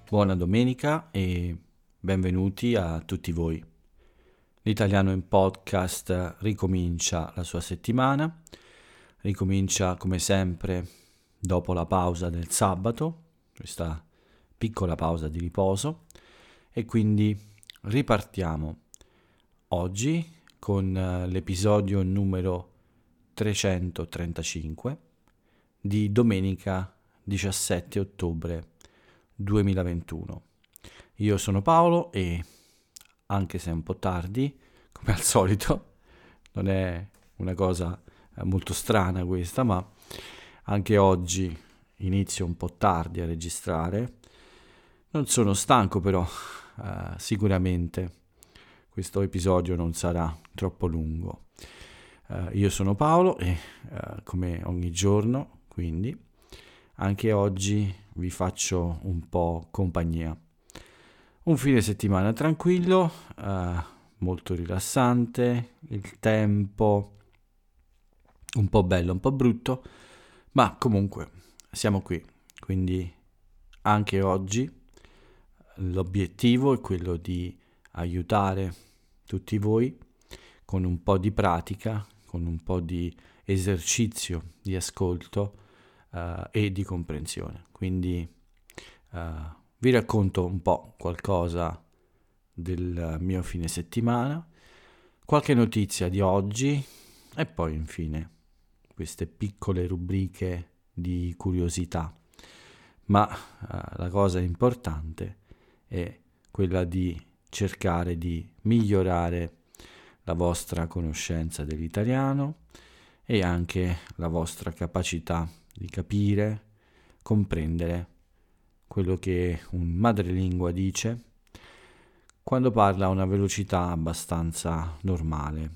Buona domenica e benvenuti a tutti voi. L'Italiano in Podcast ricomincia la sua settimana, ricomincia come sempre dopo la pausa del sabato, questa piccola pausa di riposo, e quindi ripartiamo oggi con l'episodio numero 335 di domenica 17 ottobre 2021. Io sono Paolo e, anche se è un po' tardi, come al solito, non è una cosa molto strana questa, ma anche oggi inizio un po' tardi a registrare. Non sono stanco però, sicuramente questo episodio non sarà troppo lungo. Io sono Paolo e come ogni giorno, quindi, anche oggi vi faccio un po' compagnia. Un fine settimana tranquillo, molto rilassante, il tempo un po' bello, un po' brutto, ma comunque siamo qui. Quindi anche oggi l'obiettivo è quello di aiutare tutti voi con un po' di pratica, con un po' di esercizio di ascolto e di comprensione. Quindi vi racconto un po' qualcosa del mio fine settimana, qualche notizia di oggi e poi infine queste piccole rubriche di curiosità. Ma la cosa importante è quella di cercare di migliorare la vostra conoscenza dell'italiano e anche la vostra capacità di capire, comprendere quello che un madrelingua dice quando parla a una velocità abbastanza normale,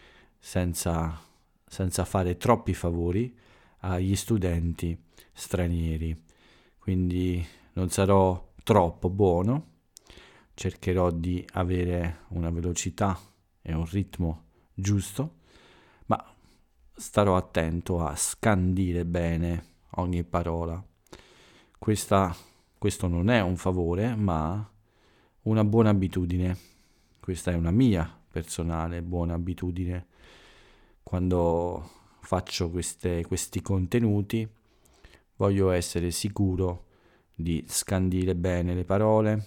senza fare troppi favori agli studenti stranieri. Quindi non sarò troppo buono, cercherò di avere una velocità e un ritmo giusto, ma starò attento a scandire bene ogni parola. Questo non è un favore, ma una buona abitudine. Questa è una mia personale buona abitudine. Quando faccio questi contenuti, voglio essere sicuro di scandire bene le parole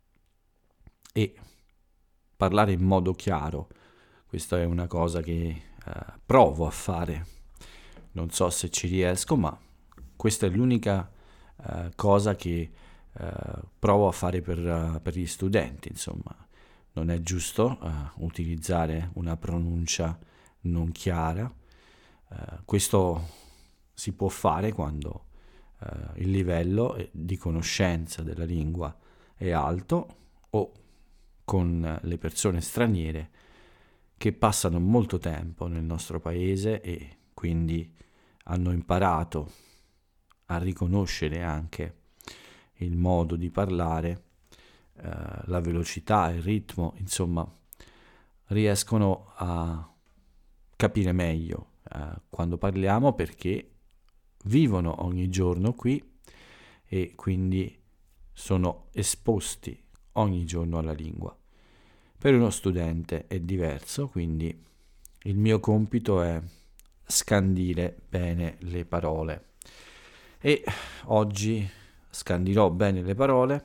e parlare in modo chiaro. Questa è una cosa che provo a fare. Non so se ci riesco, ma questa è l'unica cosa che provo a fare per gli studenti. Insomma, non è giusto utilizzare una pronuncia non chiara. Questo si può fare quando il livello di conoscenza della lingua è alto o con le persone straniere che passano molto tempo nel nostro paese e quindi hanno imparato a riconoscere anche il modo di parlare, la velocità, il ritmo, insomma, riescono a capire meglio quando parliamo perché vivono ogni giorno qui e quindi sono esposti ogni giorno alla lingua. Per uno studente è diverso, quindi il mio compito è scandire bene le parole. E oggi scandirò bene le parole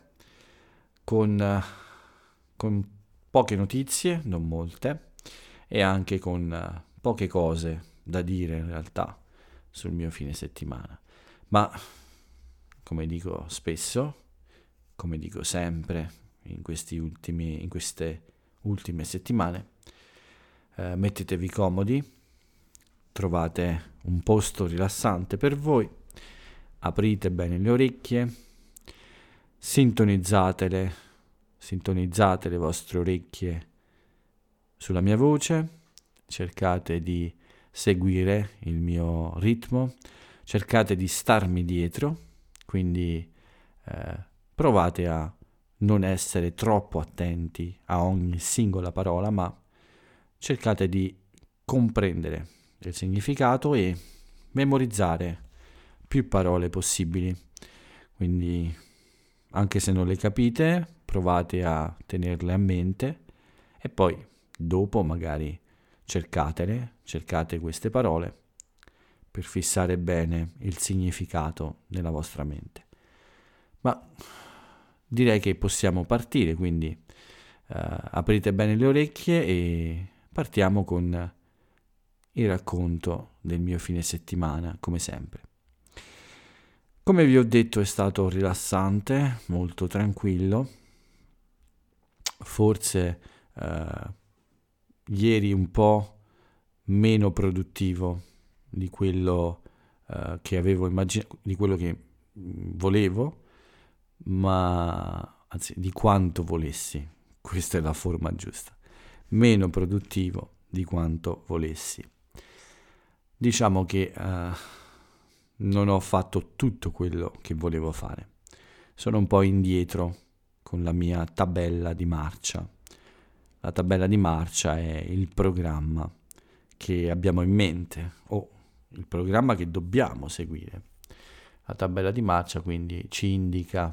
con poche notizie, non molte, e anche con poche cose da dire in realtà sul mio fine settimana. Ma, come dico spesso, come dico sempre in queste ultime settimane, mettetevi comodi, trovate un posto rilassante per voi, aprite bene le orecchie, sintonizzate le vostre orecchie sulla mia voce, cercate di seguire il mio ritmo, cercate di starmi dietro, quindi provate a non essere troppo attenti a ogni singola parola, ma cercate di comprendere il significato e memorizzare più parole possibili. Quindi anche se non le capite, provate a tenerle a mente e poi dopo magari cercate queste parole per fissare bene il significato nella vostra mente. Ma direi che possiamo partire, quindi aprite bene le orecchie e partiamo con il racconto del mio fine settimana, come sempre. Come vi ho detto, è stato rilassante, molto tranquillo. Forse ieri un po' meno produttivo di quello che avevo immaginato, di quello che volevo, ma anzi di quanto volessi. Questa è la forma giusta. Meno produttivo di quanto volessi. Diciamo che non ho fatto tutto quello che volevo fare. Sono un po' indietro con la mia tabella di marcia. La tabella di marcia è il programma che abbiamo in mente o il programma che dobbiamo seguire. La tabella di marcia quindi ci indica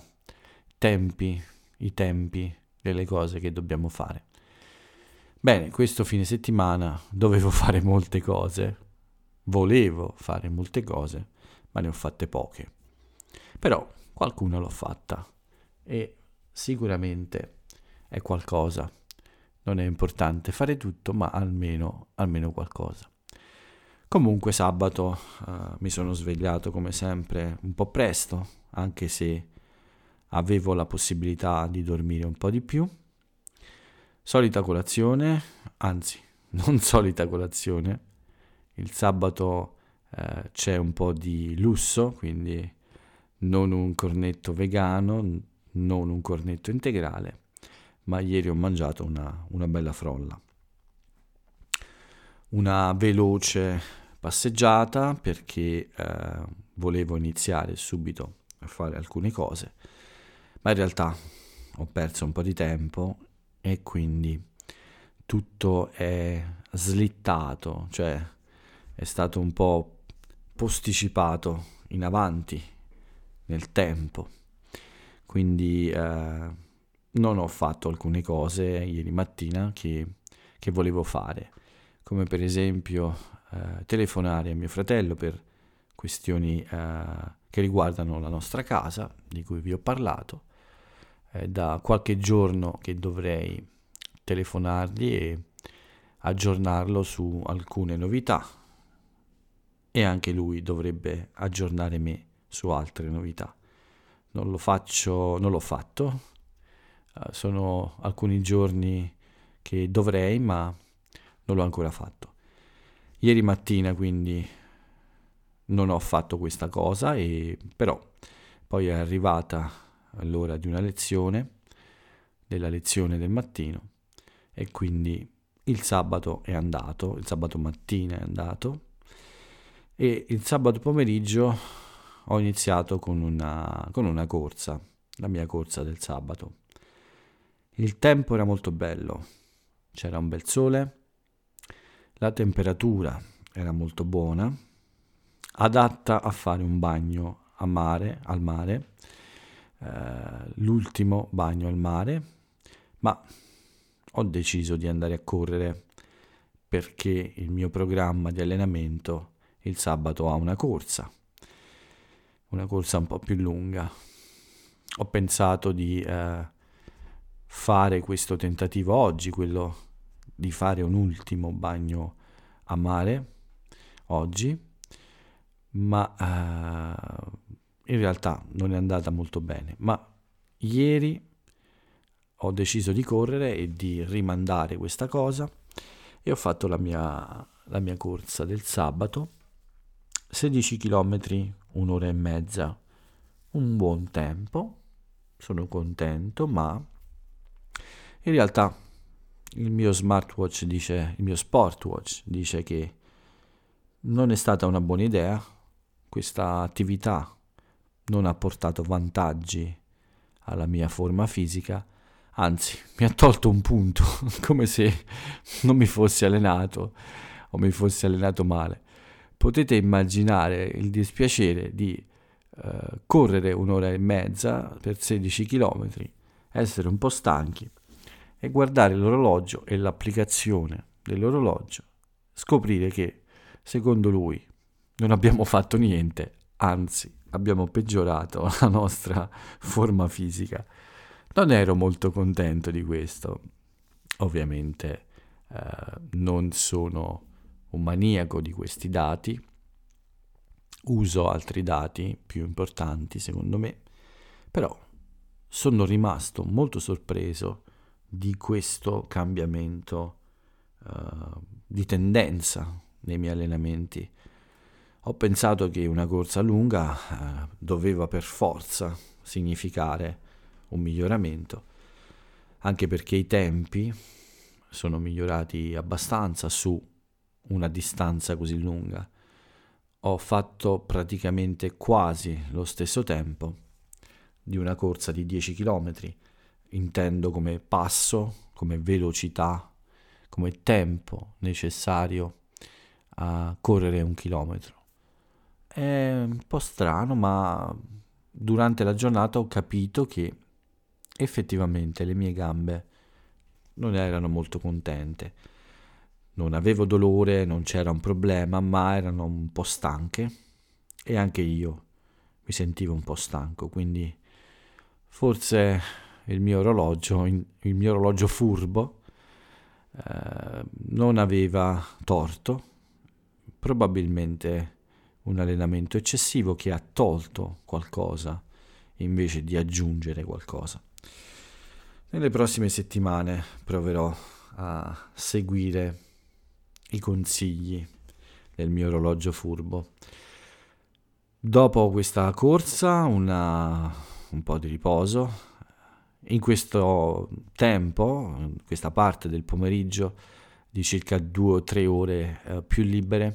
i tempi delle cose che dobbiamo fare. Bene, questo fine settimana dovevo fare molte cose, volevo fare molte cose, ma ne ho fatte poche. Però qualcuna l'ho fatta e sicuramente è qualcosa. Non è importante fare tutto, ma almeno qualcosa. Comunque sabato mi sono svegliato come sempre un po' presto, anche se avevo la possibilità di dormire un po' di più. Solita colazione, anzi non solita colazione. Il sabato c'è un po' di lusso, quindi non un cornetto vegano, non un cornetto integrale, ma ieri ho mangiato una bella frolla. Una veloce passeggiata perché volevo iniziare subito a fare alcune cose, ma in realtà ho perso un po' di tempo e quindi tutto è slittato, cioè è stato un po' posticipato in avanti nel tempo. Quindi non ho fatto alcune cose ieri mattina che volevo fare, come per esempio telefonare a mio fratello per questioni che riguardano la nostra casa, di cui vi ho parlato. Da qualche giorno che dovrei telefonargli e aggiornarlo su alcune novità e anche lui dovrebbe aggiornare me su altre novità. Non l'ho fatto, sono alcuni giorni che dovrei, ma non l'ho ancora fatto. Ieri mattina quindi non ho fatto questa cosa, però poi è arrivata l'ora di una lezione, della lezione del mattino, e quindi il sabato mattina è andato, e il sabato pomeriggio ho iniziato con una corsa, la mia corsa del sabato. Il tempo era molto bello, c'era un bel sole, la temperatura era molto buona, adatta a fare un bagno al mare, l'ultimo bagno al mare, ma ho deciso di andare a correre perché il mio programma di allenamento il sabato ha una corsa un po' più lunga. Ho pensato di fare questo tentativo oggi, quello di fare un ultimo bagno a mare oggi, ma in realtà non è andata molto bene. Ma ieri ho deciso di correre e di rimandare questa cosa e ho fatto la mia corsa del sabato, 16 km, un'ora e mezza, un buon tempo, sono contento, ma in realtà il mio smartwatch il mio sportwatch dice che non è stata una buona idea, questa attività non ha portato vantaggi alla mia forma fisica, anzi mi ha tolto un punto, come se non mi fossi allenato o mi fossi allenato male. Potete immaginare il dispiacere di correre 1 ora e mezza per 16 km, essere un po' stanchi e guardare l'orologio e l'applicazione dell'orologio, scoprire che secondo lui non abbiamo fatto niente, anzi abbiamo peggiorato la nostra forma fisica. Non ero molto contento di questo. Ovviamente non sono un maniaco di questi dati, uso altri dati più importanti secondo me, però sono rimasto molto sorpreso di questo cambiamento di tendenza nei miei allenamenti. Ho pensato che una corsa lunga doveva per forza significare un miglioramento, anche perché i tempi sono migliorati abbastanza su una distanza così lunga. Ho fatto praticamente quasi lo stesso tempo di una corsa di 10 km, intendo come passo, come velocità, come tempo necessario a correre 1 chilometro. È un po' strano, ma durante la giornata ho capito che effettivamente le mie gambe non erano molto contente. Non avevo dolore, non c'era un problema, ma erano un po' stanche e anche io mi sentivo un po' stanco, quindi forse il mio orologio furbo non aveva torto, probabilmente un allenamento eccessivo che ha tolto qualcosa invece di aggiungere qualcosa. Nelle prossime settimane proverò a seguire i consigli del mio orologio furbo. Dopo questa corsa un po' di riposo. In questo tempo, in questa parte del pomeriggio di circa 2 o 3 ore più libere,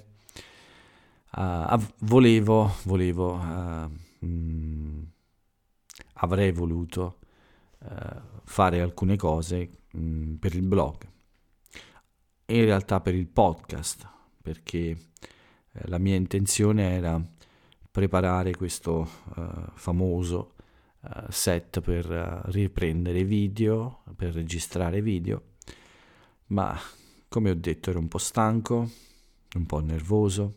avrei voluto fare alcune cose per il blog e in realtà per il podcast, perché la mia intenzione era preparare questo famoso set per riprendere video, per registrare video, ma come ho detto ero un po' stanco, un po' nervoso.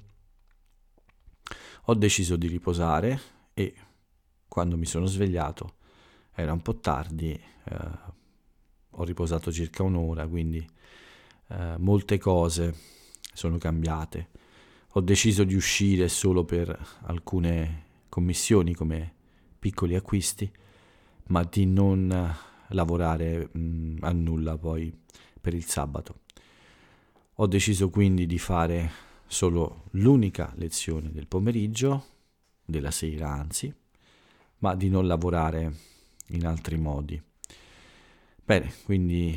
Ho deciso di riposare e quando mi sono svegliato era un po' tardi, ho riposato circa 1 ora, quindi molte cose sono cambiate. Ho deciso di uscire solo per alcune commissioni come piccoli acquisti, ma di non lavorare a nulla poi per il sabato. Ho deciso quindi di fare solo l'unica lezione del pomeriggio, della sera anzi, ma di non lavorare in altri modi. Bene, quindi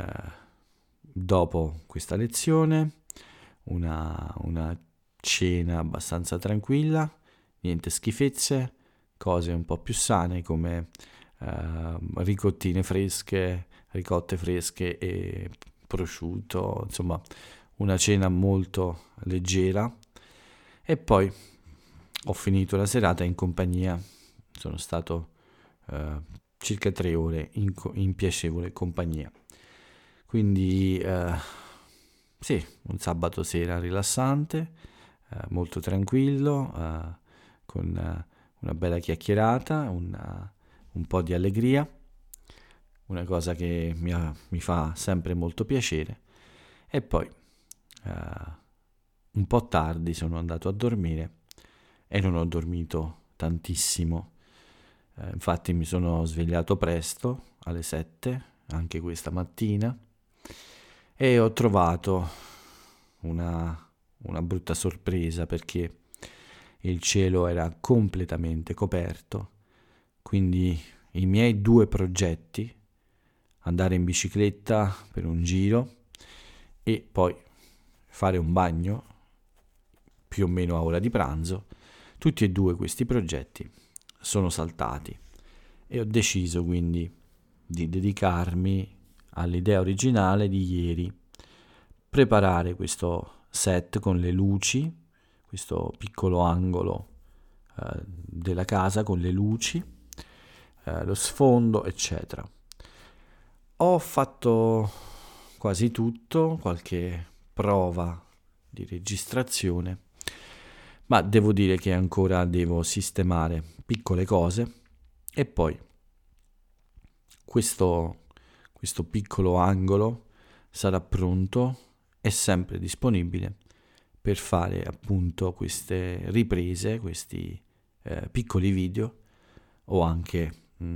dopo questa lezione una cena abbastanza tranquilla, niente schifezze, cose un po' più sane come ricotte fresche e prosciutto, insomma una cena molto leggera e poi ho finito la serata in compagnia, sono stato circa 3 ore in piacevole compagnia, quindi sì, un sabato sera rilassante, molto tranquillo, con una bella chiacchierata, un po' di allegria, una cosa che mi fa sempre molto piacere. E poi un po' tardi sono andato a dormire e non ho dormito tantissimo, infatti mi sono svegliato presto alle 7 anche questa mattina e ho trovato una brutta sorpresa perché il cielo era completamente coperto, quindi i miei 2 progetti, andare in bicicletta per un giro e poi fare un bagno più o meno a ora di pranzo, tutti e 2 questi progetti sono saltati e ho deciso quindi di dedicarmi all'idea originale di ieri, preparare questo set con le luci, questo piccolo angolo della casa con le luci, lo sfondo, eccetera. Ho fatto quasi tutto, qualche prova di registrazione, ma devo dire che ancora devo sistemare piccole cose e poi questo piccolo angolo sarà pronto e sempre disponibile per fare appunto queste riprese, questi piccoli video o anche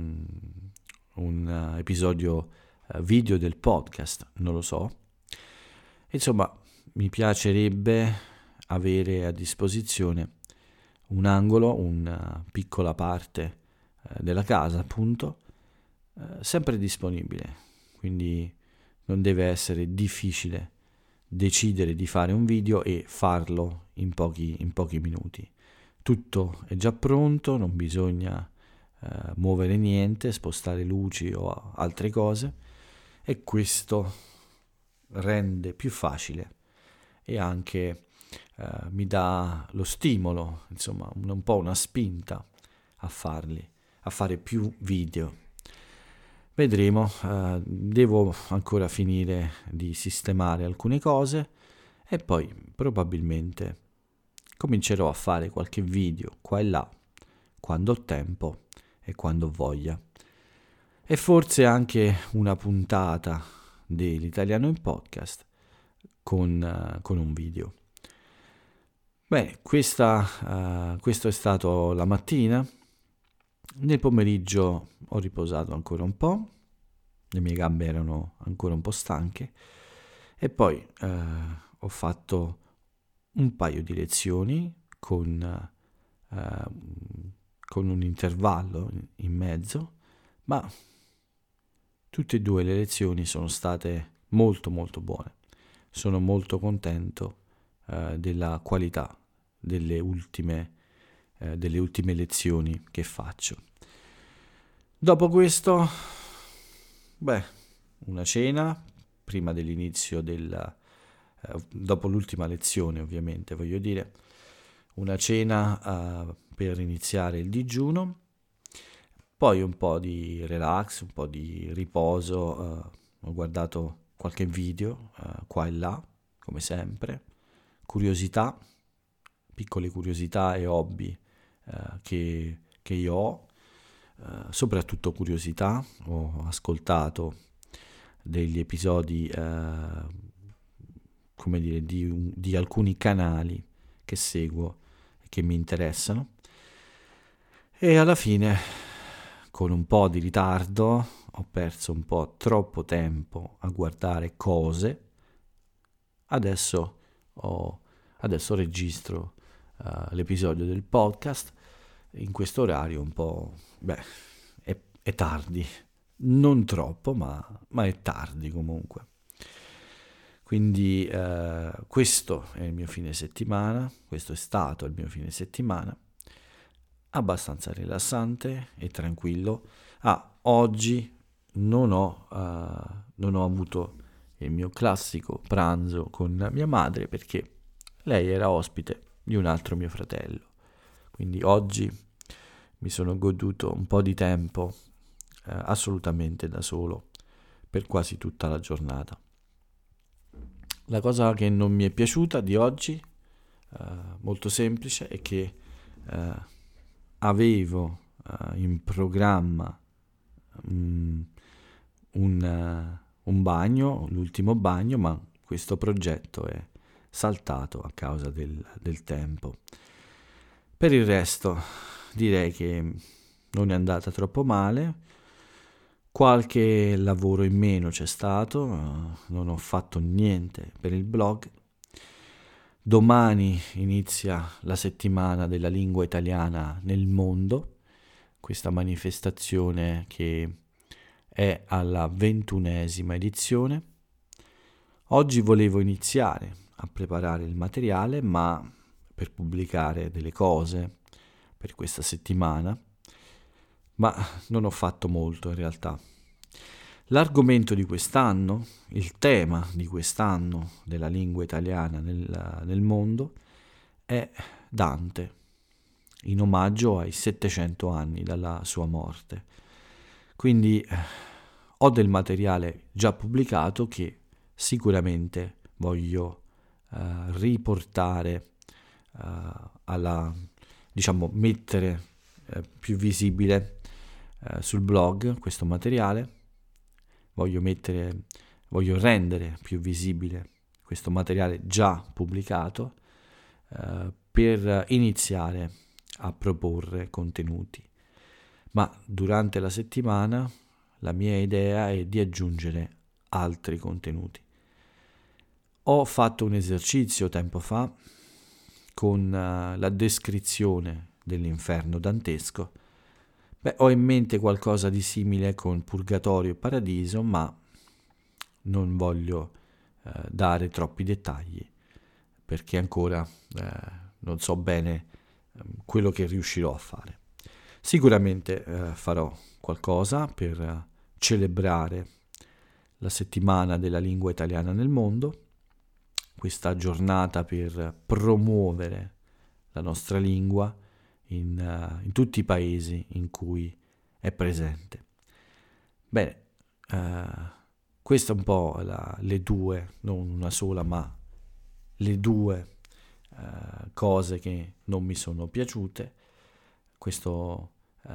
un episodio video del podcast, non lo so. Insomma, mi piacerebbe avere a disposizione un angolo, una piccola parte della casa, appunto, sempre disponibile. Quindi non deve essere difficile decidere di fare un video e farlo in pochi minuti. Tutto è già pronto, non bisogna muovere niente, spostare luci o altre cose, e questo rende più facile e anche mi dà lo stimolo, insomma, un po' una spinta a fare più video. Vedremo, devo ancora finire di sistemare alcune cose e poi probabilmente comincerò a fare qualche video qua e là, quando ho tempo e quando ho voglia. E forse anche una puntata dell'Italiano in Podcast con un video. Bene, questo è stato la mattina. Nel pomeriggio ho riposato ancora un po', le mie gambe erano ancora un po' stanche e poi ho fatto un paio di lezioni con un intervallo in mezzo, ma tutte e due le lezioni sono state molto molto buone. Sono molto contento della qualità delle ultime lezioni che faccio. Dopo questo, una cena prima dell'inizio dopo l'ultima lezione, ovviamente, voglio dire, una cena per iniziare il digiuno, poi un po' di relax, un po' di riposo, ho guardato qualche video qua e là, come sempre, piccole curiosità e hobby che io ho, soprattutto curiosità. Ho ascoltato degli episodi come dire di alcuni canali che seguo e che mi interessano, e alla fine, con un po' di ritardo, ho perso un po' troppo tempo a guardare cose. Adesso registro l'episodio del podcast in questo orario un po', è tardi, non troppo, ma è tardi comunque. Quindi questo è il mio fine settimana, questo è stato il mio fine settimana, abbastanza rilassante e tranquillo. Oggi non ho avuto il mio classico pranzo con mia madre perché lei era ospite di un altro mio fratello. Quindi oggi mi sono goduto un po' di tempo assolutamente da solo per quasi tutta la giornata. La cosa che non mi è piaciuta di oggi, molto semplice, è che avevo in programma un bagno, l'ultimo bagno, ma questo progetto è saltato a causa del tempo. Per il resto direi che non è andata troppo male. Qualche lavoro in meno c'è stato, non ho fatto niente per il blog. Domani inizia la settimana della lingua italiana nel mondo, questa manifestazione che è alla 21ª edizione. Oggi volevo iniziare a preparare il materiale, ma per pubblicare delle cose per questa settimana, ma non ho fatto molto in realtà. L'argomento di quest'anno, il tema di quest'anno della lingua italiana nel mondo è Dante. in omaggio ai 700 anni dalla sua morte. Quindi ho del materiale già pubblicato che sicuramente voglio riportare mettere più visibile sul blog questo materiale. Voglio rendere più visibile questo materiale già pubblicato per iniziare a proporre contenuti. Ma durante la settimana la mia idea è di aggiungere altri contenuti. Ho fatto un esercizio tempo fa con la descrizione dell'inferno dantesco. Ho in mente qualcosa di simile con Purgatorio e Paradiso, ma non voglio dare troppi dettagli perché ancora non so bene quello che riuscirò a fare. Sicuramente farò qualcosa per celebrare la settimana della lingua italiana nel mondo, questa giornata per promuovere la nostra lingua in tutti i paesi in cui è presente. Bene, queste un po' le due, non una sola, ma le due cose che non mi sono piaciute. Questo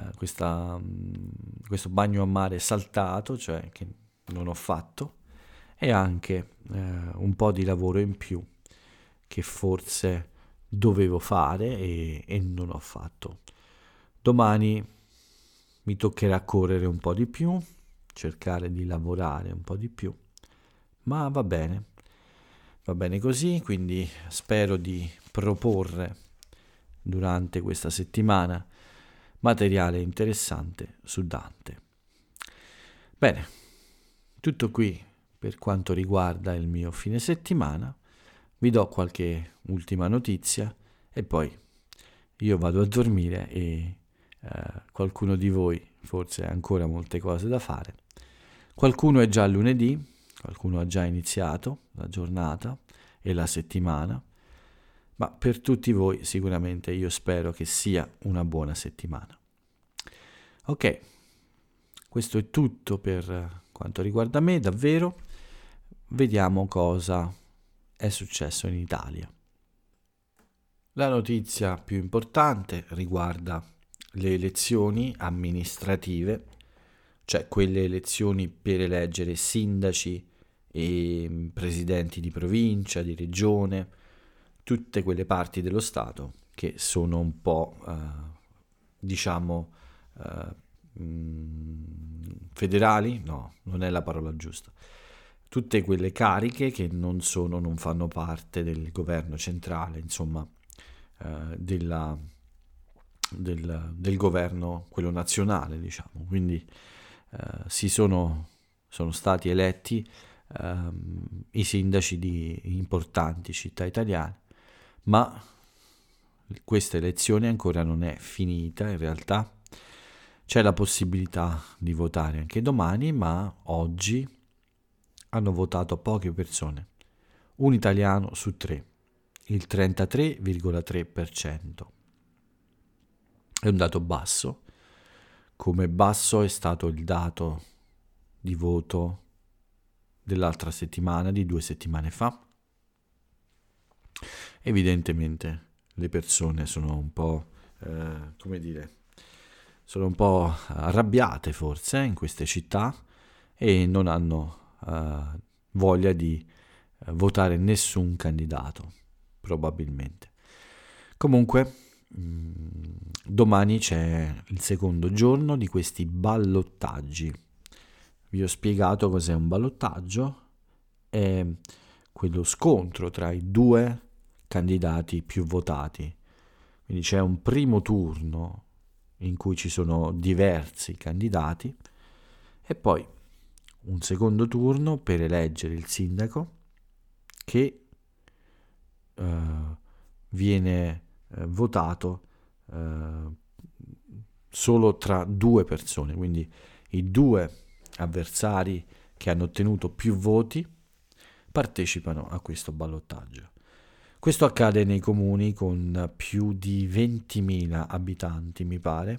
bagno a mare saltato, cioè che non ho fatto, e anche un po' di lavoro in più che forse dovevo fare e non ho fatto. Domani mi toccherà correre un po' di più, cercare di lavorare un po' di più, ma va bene così, quindi spero di proporre durante questa settimana materiale interessante su Dante. Bene, tutto qui per quanto riguarda il mio fine settimana. Vi do qualche ultima notizia e poi io vado a dormire e qualcuno di voi forse ha ancora molte cose da fare. Qualcuno è già lunedì, qualcuno ha già iniziato la giornata e la settimana, ma per tutti voi sicuramente io spero che sia una buona settimana. Ok, questo è tutto per quanto riguarda me, davvero. Vediamo cosa è successo in Italia. La notizia più importante riguarda le elezioni amministrative, cioè quelle elezioni per eleggere sindaci e presidenti di provincia, di regione, tutte quelle parti dello Stato che sono un po', federali? No, non è la parola giusta. Tutte quelle cariche che non fanno parte del governo centrale, insomma, del governo, quello nazionale, diciamo. Quindi sono stati eletti i sindaci di importanti città italiane, ma questa elezione ancora non è finita. In realtà c'è la possibilità di votare anche domani, ma oggi hanno votato poche persone, un italiano su 3, il 33,3%. È un dato basso, come basso è stato il dato di voto dell'altra settimana, di 2 settimane fa. Evidentemente le persone sono un po', sono un po' arrabbiate forse in queste città e non hanno voglia di votare nessun candidato, probabilmente. Comunque, domani c'è il secondo giorno di questi ballottaggi. Vi ho spiegato cos'è un ballottaggio: è quello scontro tra i 2 candidati più votati. Quindi c'è un primo turno in cui ci sono diversi candidati e poi un secondo turno per eleggere il sindaco che viene votato solo tra 2 persone, quindi i 2 avversari che hanno ottenuto più voti partecipano a questo ballottaggio. Questo accade nei comuni con più di 20.000 abitanti, mi pare.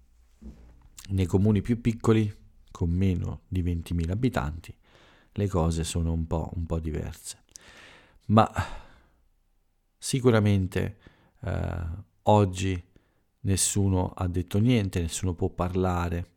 Nei comuni più piccoli, con meno di 20.000 abitanti, le cose sono un po' diverse. Ma sicuramente oggi nessuno ha detto niente, nessuno può parlare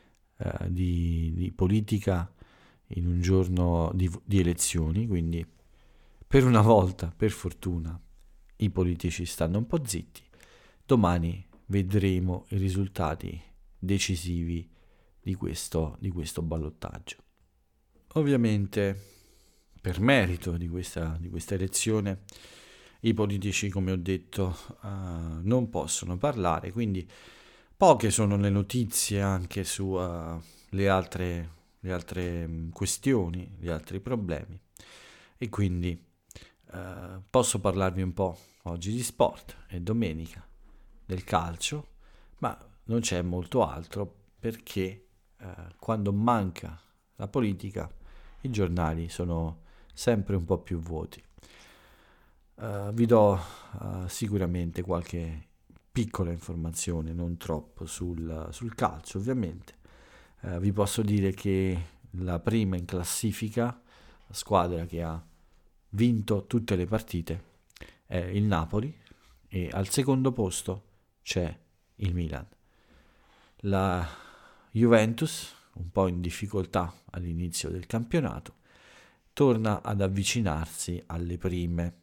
di politica in un giorno di elezioni, quindi per una volta, per fortuna, i politici stanno un po' zitti. Domani vedremo i risultati decisivi di questo ballottaggio. Ovviamente, per merito di questa elezione, i politici, come ho detto, non possono parlare, quindi poche sono le notizie anche su le altre questioni, gli altri problemi, e quindi posso parlarvi un po' oggi di sport, è domenica, del calcio, ma non c'è molto altro perché quando manca la politica i giornali sono sempre un po' più vuoti. Vi do sicuramente qualche piccola informazione, non troppo, sul calcio ovviamente. Vi posso dire che la prima in classifica, la squadra che ha vinto tutte le partite, è il Napoli, e al secondo posto c'è il Milan. La Juventus, un po' in difficoltà all'inizio del campionato, torna ad avvicinarsi alle prime,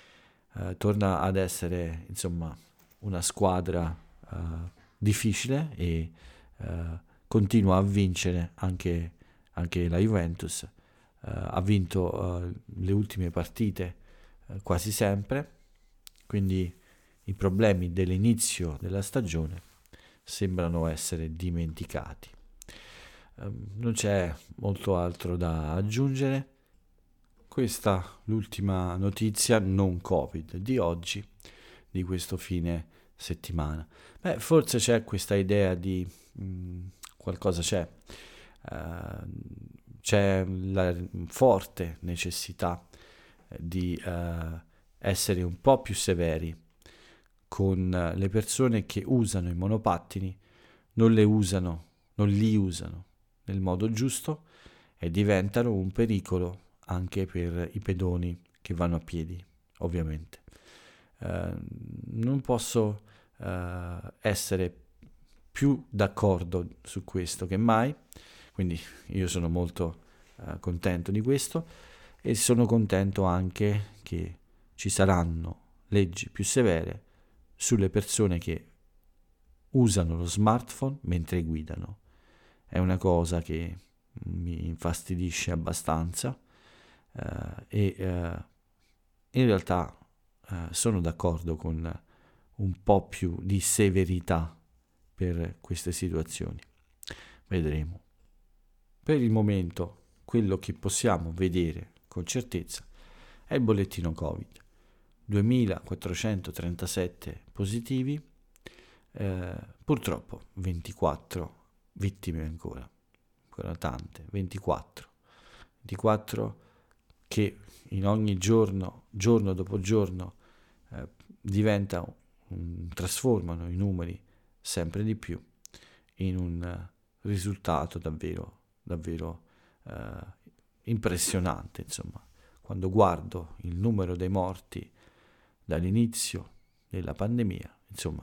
torna ad essere insomma una squadra difficile e continua a vincere anche la Juventus. Ha vinto le ultime partite quasi sempre, quindi i problemi dell'inizio della stagione sembrano essere dimenticati. Non c'è molto altro da aggiungere. Questa l'ultima notizia non Covid di oggi, di questo fine settimana. Forse c'è questa idea di qualcosa c'è la forte necessità di essere un po' più severi con le persone che usano i monopattini, non li usano nel modo giusto e diventano un pericolo anche per i pedoni che vanno a piedi, ovviamente. Non posso essere più d'accordo su questo che mai, quindi io sono molto contento di questo, e sono contento anche che ci saranno leggi più severe sulle persone che usano lo smartphone mentre guidano. È una cosa che mi infastidisce abbastanza in realtà sono d'accordo con un po' più di severità per queste situazioni. Vedremo. Per il momento quello che possiamo vedere con certezza è il bollettino Covid. 2437 positivi, purtroppo 24 vittime ancora tante, 24 che in ogni giorno dopo giorno trasformano i numeri sempre di più in un risultato davvero impressionante. Insomma, quando guardo il numero dei morti dall'inizio della pandemia, insomma,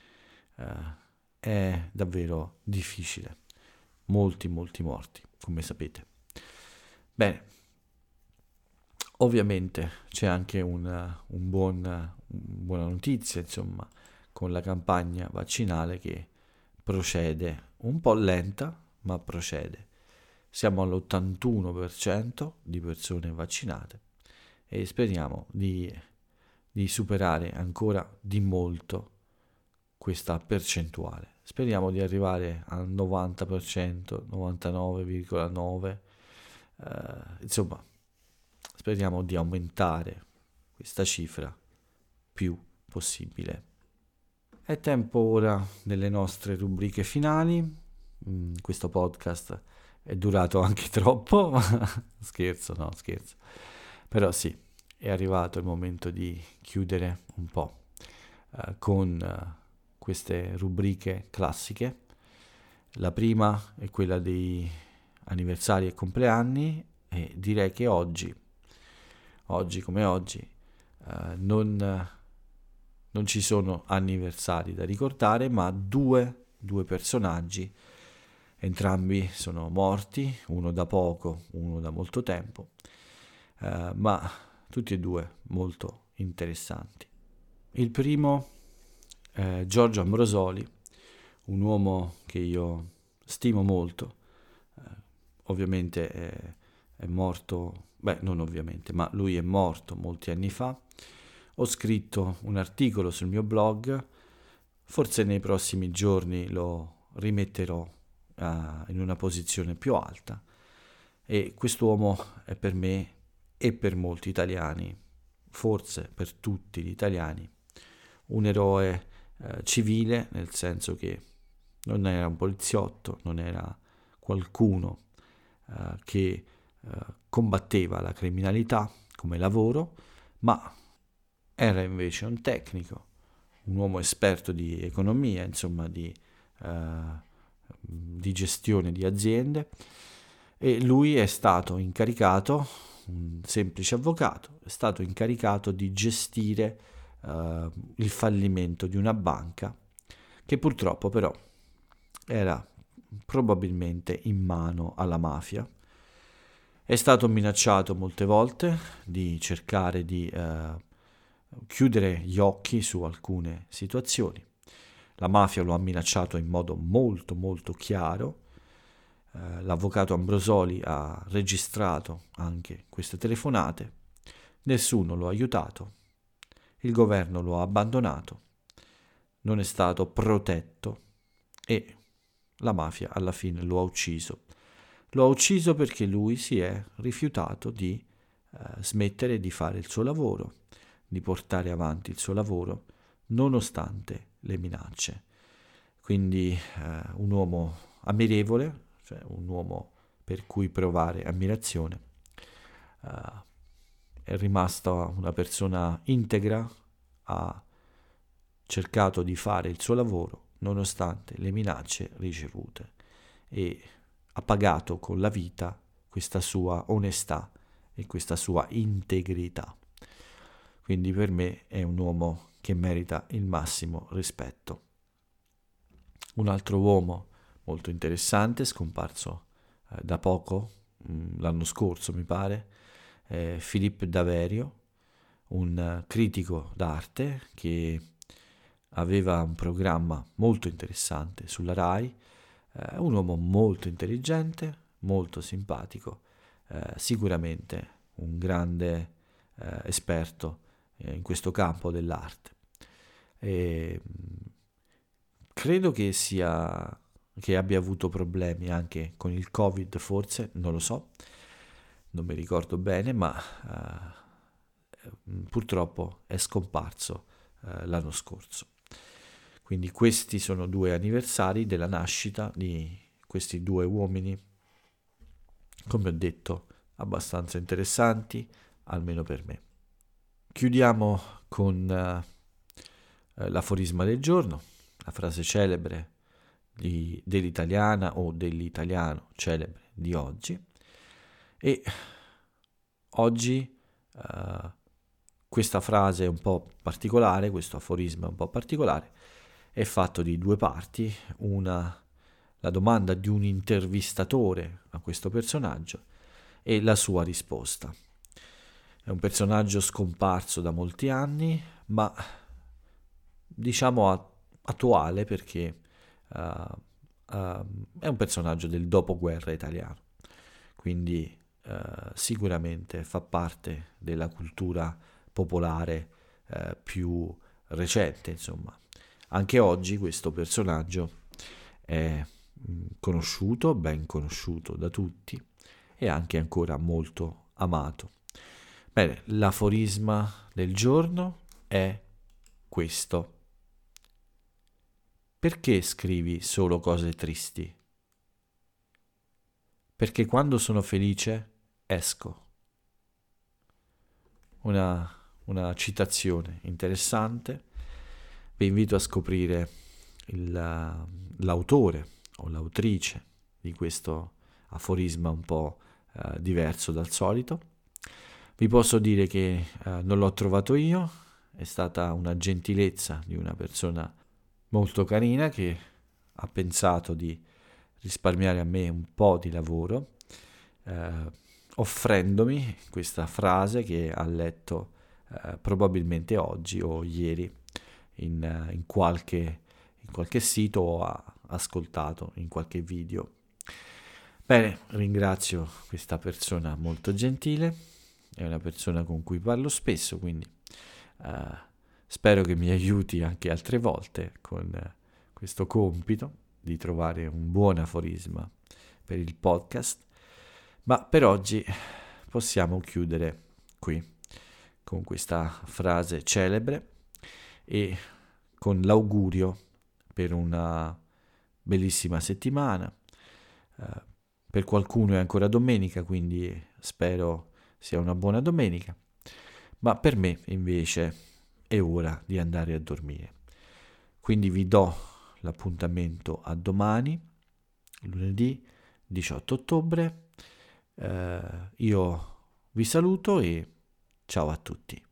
è davvero difficile. Molti morti, come sapete. Bene, ovviamente c'è anche una buona notizia, insomma, con la campagna vaccinale che procede un po' lenta, ma procede. Siamo all'81% di persone vaccinate e speriamo di superare ancora di molto questa percentuale. Speriamo di arrivare al 90%, 99,9%, insomma, speriamo di aumentare questa cifra più possibile. È tempo ora delle nostre rubriche finali. Questo podcast è durato anche troppo, scherzo. Però sì, è arrivato il momento di chiudere un po' con queste rubriche classiche. La prima è quella dei anniversari e compleanni e direi che oggi come oggi, non ci sono anniversari da ricordare, ma due personaggi, entrambi sono morti, uno da poco, uno da molto tempo, ma tutti e due molto interessanti. Il primo è Giorgio Ambrosoli, un uomo che io stimo molto, ovviamente è morto, non ovviamente, ma lui è morto molti anni fa. Ho scritto un articolo sul mio blog, forse nei prossimi giorni lo rimetterò in una posizione più alta, e quest'uomo è per me e per molti italiani, forse per tutti gli italiani, un eroe civile, nel senso che non era un poliziotto, non era qualcuno che combatteva la criminalità come lavoro, ma era invece un tecnico, un uomo esperto di economia, insomma di gestione di aziende, e lui è stato incaricato, un semplice avvocato, è stato incaricato di gestire il fallimento di una banca che purtroppo però era probabilmente in mano alla mafia. È stato minacciato molte volte di cercare di chiudere gli occhi su alcune situazioni. La mafia lo ha minacciato in modo molto molto chiaro. L'avvocato Ambrosoli ha registrato anche queste telefonate. Nessuno lo ha aiutato. Il governo lo ha abbandonato. Non è stato protetto e la mafia alla fine lo ha ucciso. Lo ha ucciso perché lui si è rifiutato di smettere di fare il suo lavoro, di portare avanti il suo lavoro, nonostante le minacce. Quindi un uomo ammirevole, cioè un uomo per cui provare ammirazione. È rimasta una persona integra, ha cercato di fare il suo lavoro nonostante le minacce ricevute e ha pagato con la vita questa sua onestà e questa sua integrità. Quindi per me è un uomo che merita il massimo rispetto. Un altro uomo molto interessante, scomparso da poco, l'anno scorso mi pare, è Philippe Daverio, un critico d'arte che aveva un programma molto interessante sulla RAI, un uomo molto intelligente, molto simpatico, sicuramente un grande esperto in questo campo dell'arte. E credo che abbia avuto problemi anche con il Covid, forse, non lo so, non mi ricordo bene, ma purtroppo è scomparso l'anno scorso. Quindi questi sono 2 anniversari della nascita di questi 2 uomini, come ho detto, abbastanza interessanti, almeno per me. Chiudiamo con l'aforisma del giorno, la frase celebre dell'italiana o dell'italiano celebre di oggi. E oggi questa frase è un po' particolare, questo aforisma è un po' particolare, è fatto di 2 parti, la domanda di un intervistatore a questo personaggio e la sua risposta. È un personaggio scomparso da molti anni, ma diciamo attuale perché è un personaggio del dopoguerra italiano, quindi sicuramente fa parte della cultura popolare più recente, insomma. Anche oggi questo personaggio è conosciuto, ben conosciuto da tutti e anche ancora molto amato. Bene, l'aforisma del giorno è questo. Perché scrivi solo cose tristi? Perché quando sono felice esco. una citazione interessante. Vi invito a scoprire l'autore o l'autrice di questo aforisma un po' diverso dal solito. Vi posso dire che non l'ho trovato io, è stata una gentilezza di una persona molto carina che ha pensato di risparmiare a me un po' di lavoro, offrendomi questa frase che ha letto probabilmente oggi o ieri in qualche sito o ha ascoltato in qualche video. Bene, ringrazio questa persona molto gentile, è una persona con cui parlo spesso, quindi spero che mi aiuti anche altre volte con questo compito di trovare un buon aforisma per il podcast. Ma per oggi possiamo chiudere qui con questa frase celebre e con l'augurio per una bellissima settimana. Per qualcuno è ancora domenica, quindi spero sia una buona domenica, ma per me invece è ora di andare a dormire. Quindi vi do l'appuntamento a domani, lunedì 18 ottobre. Io vi saluto e ciao a tutti.